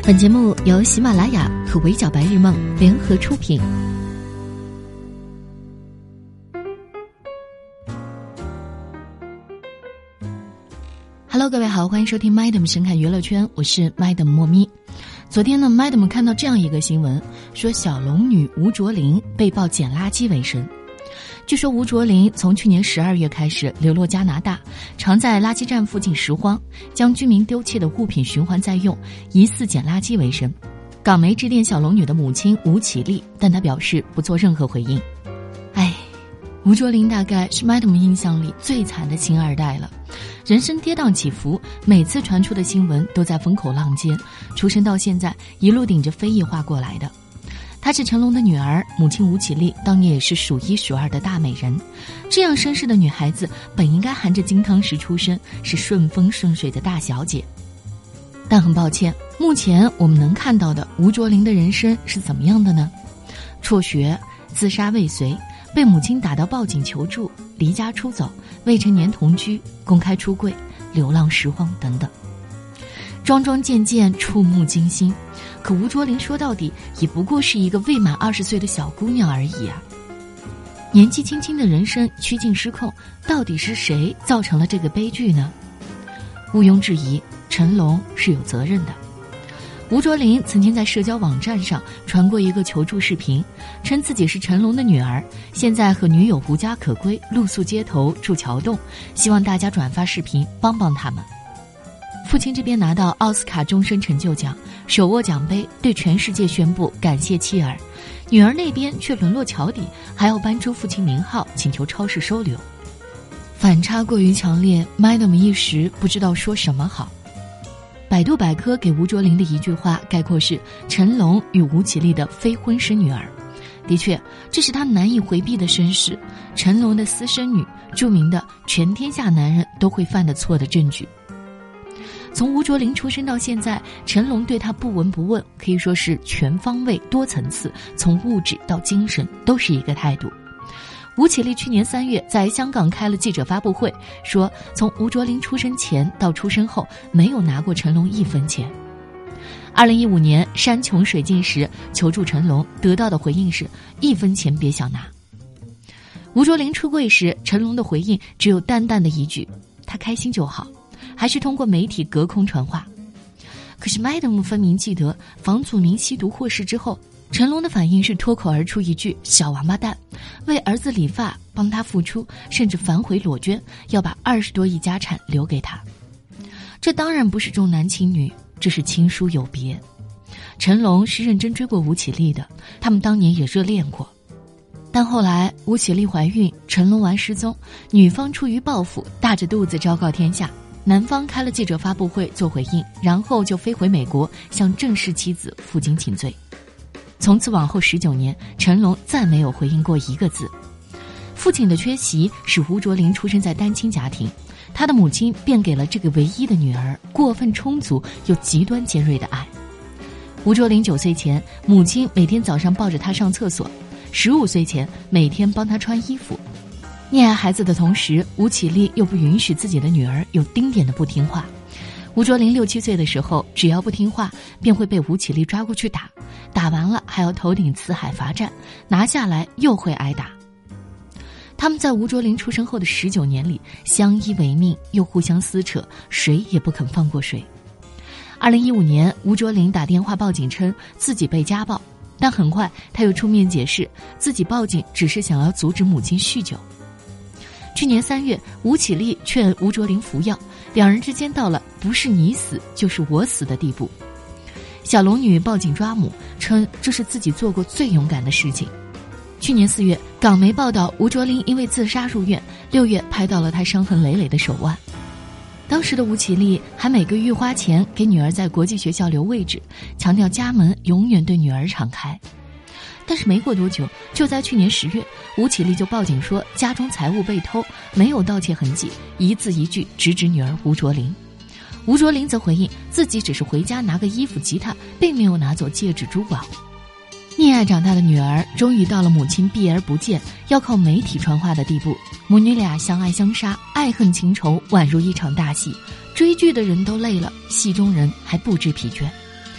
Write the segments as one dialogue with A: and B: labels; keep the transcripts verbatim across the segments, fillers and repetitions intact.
A: 本节目由喜马拉雅和围剿白日梦联合出品。Hello， 各位好，欢迎收听 Madam 神侃娱乐圈，我是 Madam 莫咪。昨天呢 ，Madam 看到这样一个新闻，说小龙女吴卓林被曝捡垃圾为生。据说吴卓林从去年十二月开始流落加拿大，常在垃圾站附近拾荒，将居民丢弃的物品循环再用，疑似捡垃圾为生。港媒致电小龙女的母亲吴绮丽，但她表示不做任何回应。哎，吴卓林大概是 Madam 印象里最惨的星二代了，人生跌宕起伏，每次传出的新闻都在风口浪尖，出生到现在一路顶着非议化过来的。她是成龙的女儿，母亲吴绮丽当年也是数一数二的大美人。这样身世的女孩子本应该含着金汤匙出生，是顺风顺水的大小姐。但很抱歉，目前我们能看到的吴卓林的人生是怎么样的呢？辍学、自杀未遂、被母亲打到报警求助、离家出走、未成年同居、公开出柜、流浪拾荒等等，桩桩件件触目惊心。可吴卓林说到底也不过是一个未满二十岁的小姑娘而已啊！年纪轻轻的人生趋近失控，到底是谁造成了这个悲剧呢？毋庸置疑，成龙是有责任的。吴卓林曾经在社交网站上传过一个求助视频，称自己是成龙的女儿，现在和女友无家可归，露宿街头住桥洞，希望大家转发视频帮帮他们。父亲这边拿到奥斯卡终身成就奖，手握奖杯对全世界宣布感谢妻儿，女儿那边却沦落桥底，还要搬出父亲名号请求超市收留。反差过于强烈， Madam 一时不知道说什么好。百度百科给吴卓林的一句话概括是：成龙与吴绮丽的非婚生女儿。的确，这是他难以回避的身世，成龙的私生女，著名的全天下男人都会犯的错的证据。从吴卓林出生到现在，成龙对他不闻不问，可以说是全方位多层次，从物质到精神都是一个态度。吴绮丽去年三月在香港开了记者发布会，说从吴卓林出生前到出生后没有拿过成龙一分钱。二零一五年山穷水尽时求助成龙，得到的回应是一分钱别想拿。吴卓林出柜时，成龙的回应只有淡淡的一句他开心就好，还是通过媒体隔空传话。可是 Madam 分明记得房祖名吸毒获释之后，成龙的反应是脱口而出一句小王八蛋，为儿子理发帮他付出，甚至反悔裸捐，要把二十多亿家产留给他。这当然不是重男轻女，这是亲疏有别。成龙是认真追过吴绮丽的，他们当年也热恋过。但后来吴绮丽怀孕，成龙玩失踪，女方出于报复大着肚子昭告天下，男方开了记者发布会做回应，然后就飞回美国向正式妻子负荆请罪。从此往后十九年，成龙再没有回应过一个字。父亲的缺席使吴卓林出生在单亲家庭，他的母亲便给了这个唯一的女儿过分充足又极端尖锐的爱。吴卓林九岁前，母亲每天早上抱着他上厕所；十五岁前，每天帮他穿衣服。溺爱孩子的同时，吴绮丽又不允许自己的女儿有丁点的不听话。吴卓林六七岁的时候，只要不听话，便会被吴绮丽抓过去打，打完了还要头顶四海罚站，拿下来又会挨打。他们在吴卓林出生后的十九年里，相依为命，又互相撕扯，谁也不肯放过谁。二零一五年，吴卓林打电话报警称自己被家暴，但很快他又出面解释，自己报警只是想要阻止母亲酗酒。去年三月，吴绮丽劝吴卓林服药，两人之间到了不是你死就是我死的地步。小龙女报警抓母，称这是自己做过最勇敢的事情。去年四月，港媒报道吴卓林因为自杀入院，六月拍到了他伤痕累累的手腕。当时的吴绮丽还每个月花钱给女儿在国际学校留位置，强调家门永远对女儿敞开。但是没过多久，就在去年十月，吴绮丽就报警说家中财物被偷，没有盗窃痕迹，一字一句直指女儿吴卓林。吴卓林则回应自己只是回家拿个衣服吉他，并没有拿走戒指珠宝。溺爱长大的女儿终于到了母亲避而不见，要靠媒体传话的地步，母女俩相爱相杀，爱恨情仇宛如一场大戏，追剧的人都累了，戏中人还不知疲倦。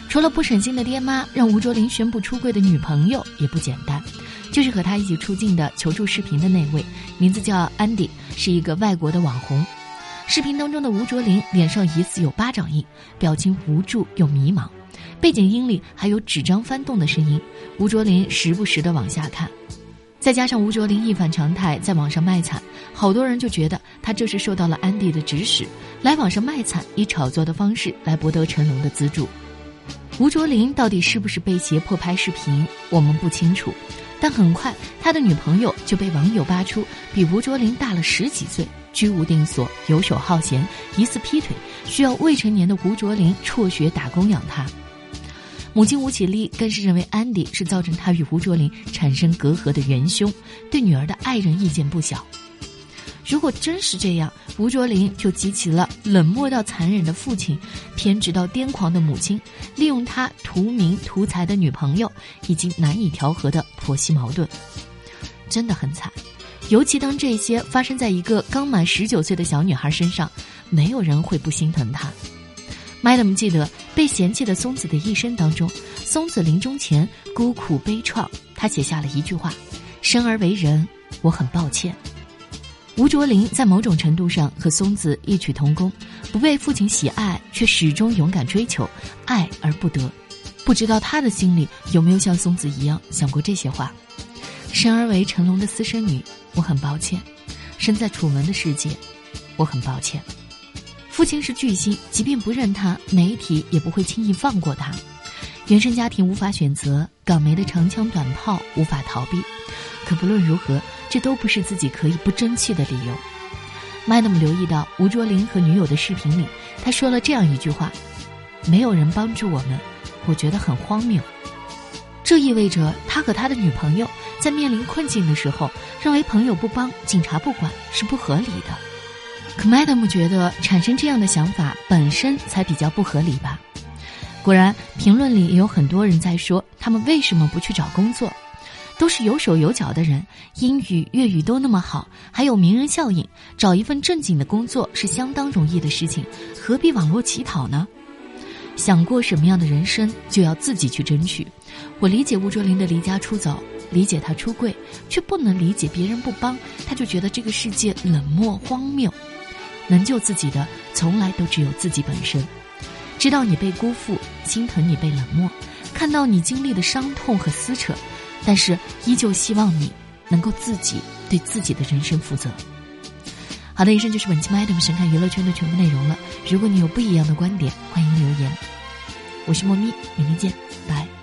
A: 除了不省心的爹妈让吴卓林宣布出柜的女朋友也不简单，就是和他一起出镜的求助视频的那位，名字叫安迪，是一个外国的网红。视频当中的吴卓林脸上疑似有巴掌印，表情无助又迷茫，背景音里还有纸张翻动的声音，吴卓林时不时地往下看。再加上吴卓林一反常态在网上卖惨，好多人就觉得他这是受到了安迪的指使，来网上卖惨，以炒作的方式来博得成龙的资助。吴卓林到底是不是被胁迫拍视频，我们不清楚，但很快他的女朋友就被网友扒出比吴卓林大了十几岁，居无定所，游手好闲，疑似劈腿，需要未成年的吴卓林辍学打工养他。母亲吴绮莉更是认为安迪是造成他与吴卓林产生隔阂的元凶，对女儿的爱人意见不小。如果真是这样，吴卓林就集齐了冷漠到残忍的父亲，偏执到癫狂的母亲，利用他图名图财的女朋友，以及难以调和的婆媳矛盾，真的很惨。尤其当这些发生在一个刚满十九岁的小女孩身上，没有人会不心疼她。Madam 记得被嫌弃的松子的一生当中，松子临终前孤苦悲怆，她写下了一句话：生而为人，我很抱歉。吴卓林在某种程度上和松子异曲同工，不被父亲喜爱，却始终勇敢追求，爱而不得。不知道他的心里有没有像松子一样想过这些话：生而为成龙的私生女，我很抱歉；生在楚门的世界，我很抱歉。父亲是巨星，即便不认他，媒体也不会轻易放过他。原生家庭无法选择，港媒的长枪短炮无法逃避。可不论如何，这都不是自己可以不争气的理由。Madam 留意到吴卓林和女友的视频里，他说了这样一句话：没有人帮助我们，我觉得很荒谬。这意味着他和他的女朋友在面临困境的时候，认为朋友不帮，警察不管是不合理的。可 Madam 觉得产生这样的想法本身才比较不合理吧。果然，评论里也有很多人在说他们为什么不去找工作，都是有手有脚的人，英语粤语都那么好，还有名人效应，找一份正经的工作是相当容易的事情，何必网络乞讨呢？想过什么样的人生就要自己去争取。我理解吴卓林的离家出走，理解他出柜，却不能理解别人不帮他就觉得这个世界冷漠荒谬。能救自己的从来都只有自己本身。知道你被辜负，心疼你被冷漠，看到你经历的伤痛和撕扯，但是依旧希望你能够自己对自己的人生负责。好的，以上就是本期 Madam 神看娱乐圈的全部内容了。如果你有不一样的观点，欢迎留言。我是莫咪，明天见，拜。